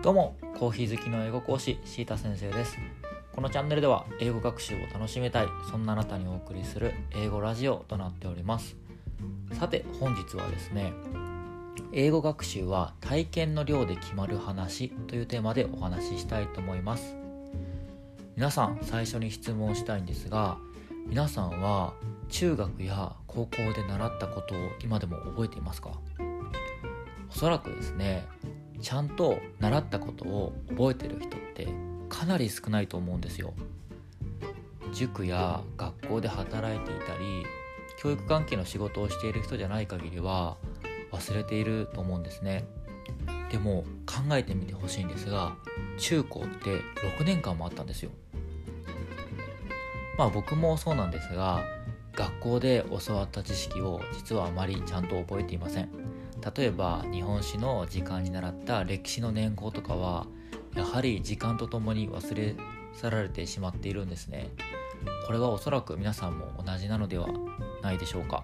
どうも、コーヒー好きの英語講師シータ先生です。このチャンネルでは英語学習を楽しめたい、そんなあなたにお送りする英語ラジオとなっております。さて本日はですね、英語学習は体験の量で決まる話というテーマでお話ししたいと思います。皆さん、最初に質問したいんですが、皆さんは中学や高校で習ったことを今でも覚えていますか？おそらくですね、ちゃんと習ったことを覚えてる人ってかなり少ないと思うんですよ。塾や学校で働いていたり、教育関係の仕事をしている人じゃない限りは忘れていると思うんですね。でも考えてみてほしいんですが、中高って6年間もあったんですよ。僕もそうなんですが、学校で教わった知識を実はあまりちゃんと覚えていません。例えば日本史の時間に習った歴史の年号とかは、やはり時間とともに忘れ去られてしまっているんですね。これはおそらく皆さんも同じなのではないでしょうか。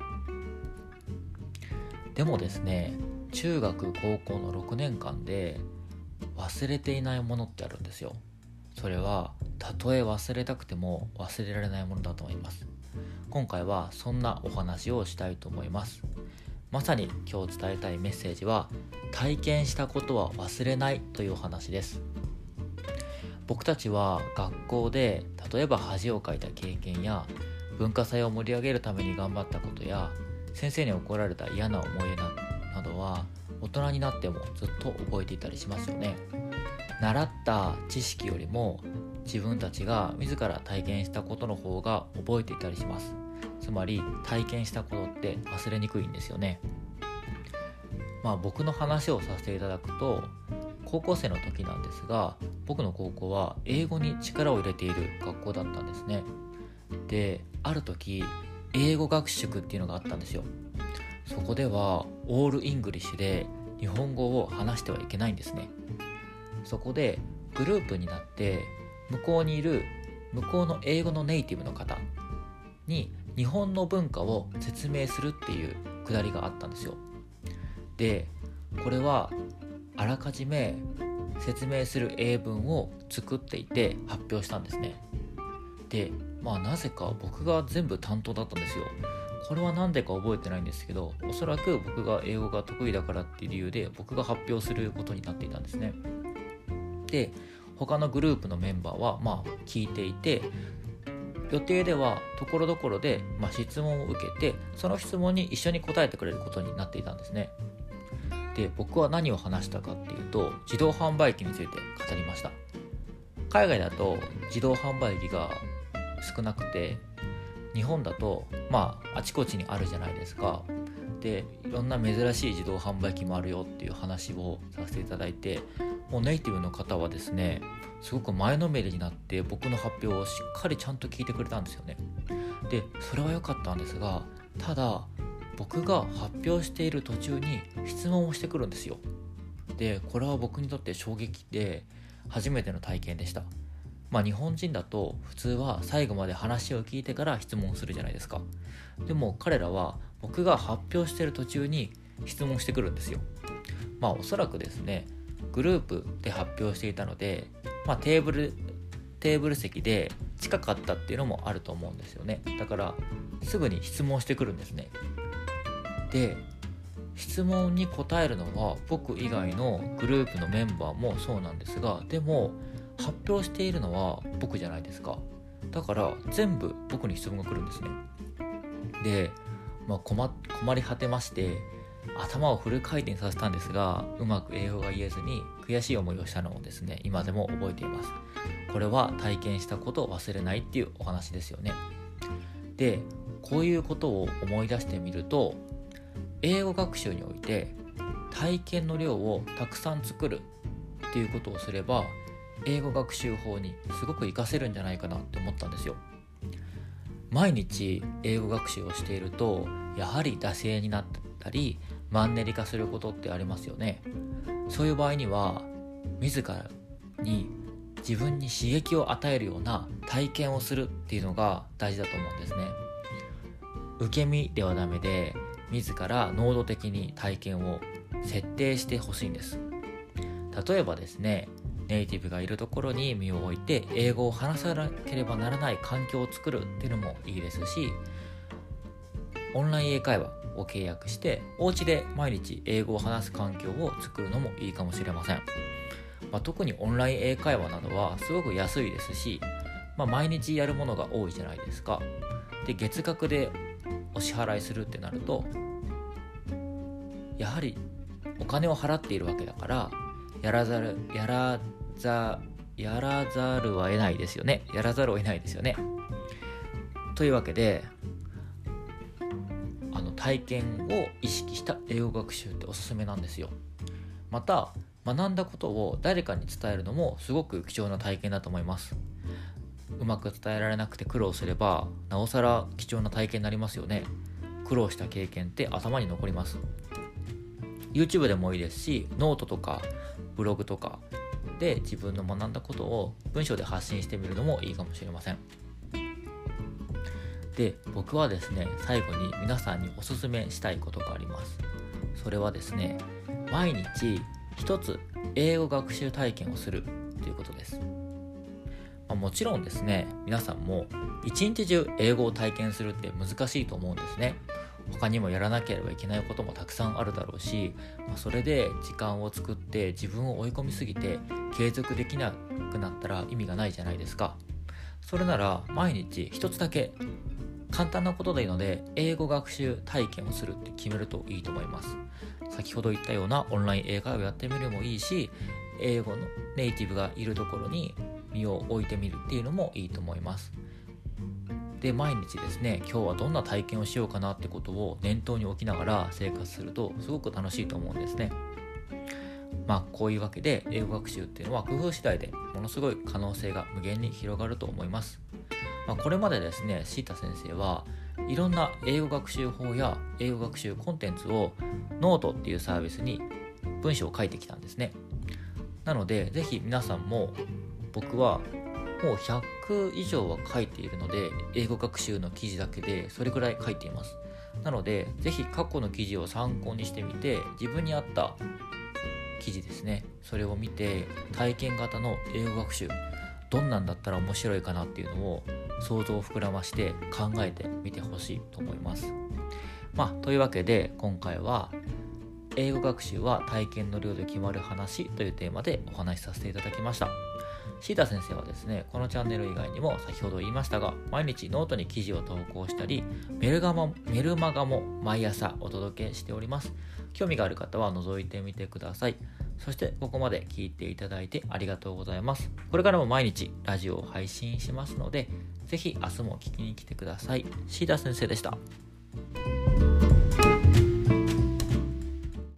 でもですね、中学高校の6年間で忘れていないものってあるんですよ。それはたとえ忘れたくても忘れられないものだと思います。今回はそんなお話をしたいと思います。まさに今日伝えたいメッセージは、体験したことは忘れないというお話です。僕たちは学校で例えば恥をかいた経験や、文化祭を盛り上げるために頑張ったことや、先生に怒られた嫌な思い出などは大人になってもずっと覚えていたりしますよね。習った知識よりも自分たちが自ら体験したことの方が覚えていたりします。つまり体験したことって忘れにくいんですよね。僕の話をさせていただくと、高校生の時なんですが、僕の高校は英語に力を入れている学校だったんですね。で、ある時英語学習っていうのがあったんですよ。そこではオールイングリッシュで日本語を話してはいけないんですね。そこでグループになって、向こうの英語のネイティブの方に日本の文化を説明するっていうくだりがあったんですよ。で、これはあらかじめ説明する英文を作っていて発表したんですね。で、なぜか僕が全部担当だったんですよ。これは何でか覚えてないんですけど、おそらく僕が英語が得意だからっていう理由で僕が発表することになっていたんですね。で、他のグループのメンバーは聞いていて、予定ではところどころで質問を受けて、その質問に一緒に答えてくれることになっていたんですね。で、僕は何を話したかっていうと、自動販売機について語りました。海外だと自動販売機が少なくて、日本だとあちこちにあるじゃないですか。で、いろんな珍しい自動販売機もあるよっていう話をさせていただいて、もうネイティブの方はですね、すごく前のめりになって僕の発表をしっかりちゃんと聞いてくれたんですよね。で、それは良かったんですが、ただ僕が発表している途中に質問をしてくるんですよ。で、これは僕にとって衝撃で初めての体験でした。日本人だと普通は最後まで話を聞いてから質問するじゃないですか。でも彼らは僕が発表している途中に質問してくるんですよ。おそらくですね、グループで発表していたので、テーブル席で近かったっていうのもあると思うんですよね。だからすぐに質問してくるんですね。で、質問に答えるのは僕以外のグループのメンバーもそうなんですが、でも発表しているのは僕じゃないですか。だから全部僕に質問が来るんですね。で、困り果てまして、頭をフル回転させたんですが、うまく英語が言えずに悔しい思いをしたのをですね、今でも覚えています。これは体験したことを忘れないっていうお話ですよね。で、こういうことを思い出してみると、英語学習において体験の量をたくさん作るっていうことをすれば、英語学習法にすごく活かせるんじゃないかなって思ったんですよ。毎日英語学習をしていると、やはり惰性になったりマンネリ化することってありますよね。そういう場合には、自らに自分に刺激を与えるような体験をするっていうのが大事だと思うんですね。受け身ではダメで、自ら能動的に体験を設定してほしいんです。 例えばですね、ネイティブがいるところに身を置いて英語を話さなければならない環境を作るっていうのもいいですし、オンライン英会話を契約してお家で毎日英語を話す環境を作るのもいいかもしれません。特にオンライン英会話などはすごく安いですし、毎日やるものが多いじゃないですか。で、月額でお支払いするってなると、やはりお金を払っているわけだからやらざるを得ないですよね。というわけで、体験を意識した英語学習っておすすめなんですよ。また、学んだことを誰かに伝えるのもすごく貴重な体験だと思います。うまく伝えられなくて苦労すれば、なおさら貴重な体験になりますよね。苦労した経験って頭に残ります。YouTube でもいいですし、ノートとかブログとかで自分の学んだことを文章で発信してみるのもいいかもしれません。で、僕はですね、最後に皆さんにおすすめしたいことがあります。それはですね、毎日一つ英語学習体験をするということです。もちろんですね、皆さんも一日中英語を体験するって難しいと思うんですね。他にもやらなければいけないこともたくさんあるだろうし、それで時間を作って自分を追い込みすぎて継続できなくなったら意味がないじゃないですか。それなら毎日一つだけ簡単なことでいいので英語学習体験をするって決めるといいと思います。先ほど言ったようなオンライン英会話をやってみるのもいいし、英語のネイティブがいるところに身を置いてみるっていうのもいいと思います。で、毎日ですね、今日はどんな体験をしようかなってことを念頭に置きながら生活するとすごく楽しいと思うんですね。こういうわけで英語学習っていうのは工夫次第でものすごい可能性が無限に広がると思います。これまでですね、シータ先生はいろんな英語学習法や英語学習コンテンツをノートっていうサービスに文章を書いてきたんですね。なので、ぜひ皆さんも、僕はもう100以上は書いているので、英語学習の記事だけでそれくらい書いています。なので、ぜひ過去の記事を参考にしてみて、自分に合った記事ですね、それを見て体験型の英語学習どんなんだったら面白いかなっていうのを想像を膨らまして考えてみてほしいと思います。というわけで、今回は英語学習は体験の量で決まる話というテーマでお話しさせていただきました。シータ先生はですね、このチャンネル以外にも先ほど言いましたが、毎日ノートに記事を投稿したり、メルマガも毎朝お届けしております。興味がある方は覗いてみてください。そしてここまで聞いていただいてありがとうございます。これからも毎日ラジオを配信しますので、ぜひ明日も聞きに来てください。シータ先生でした。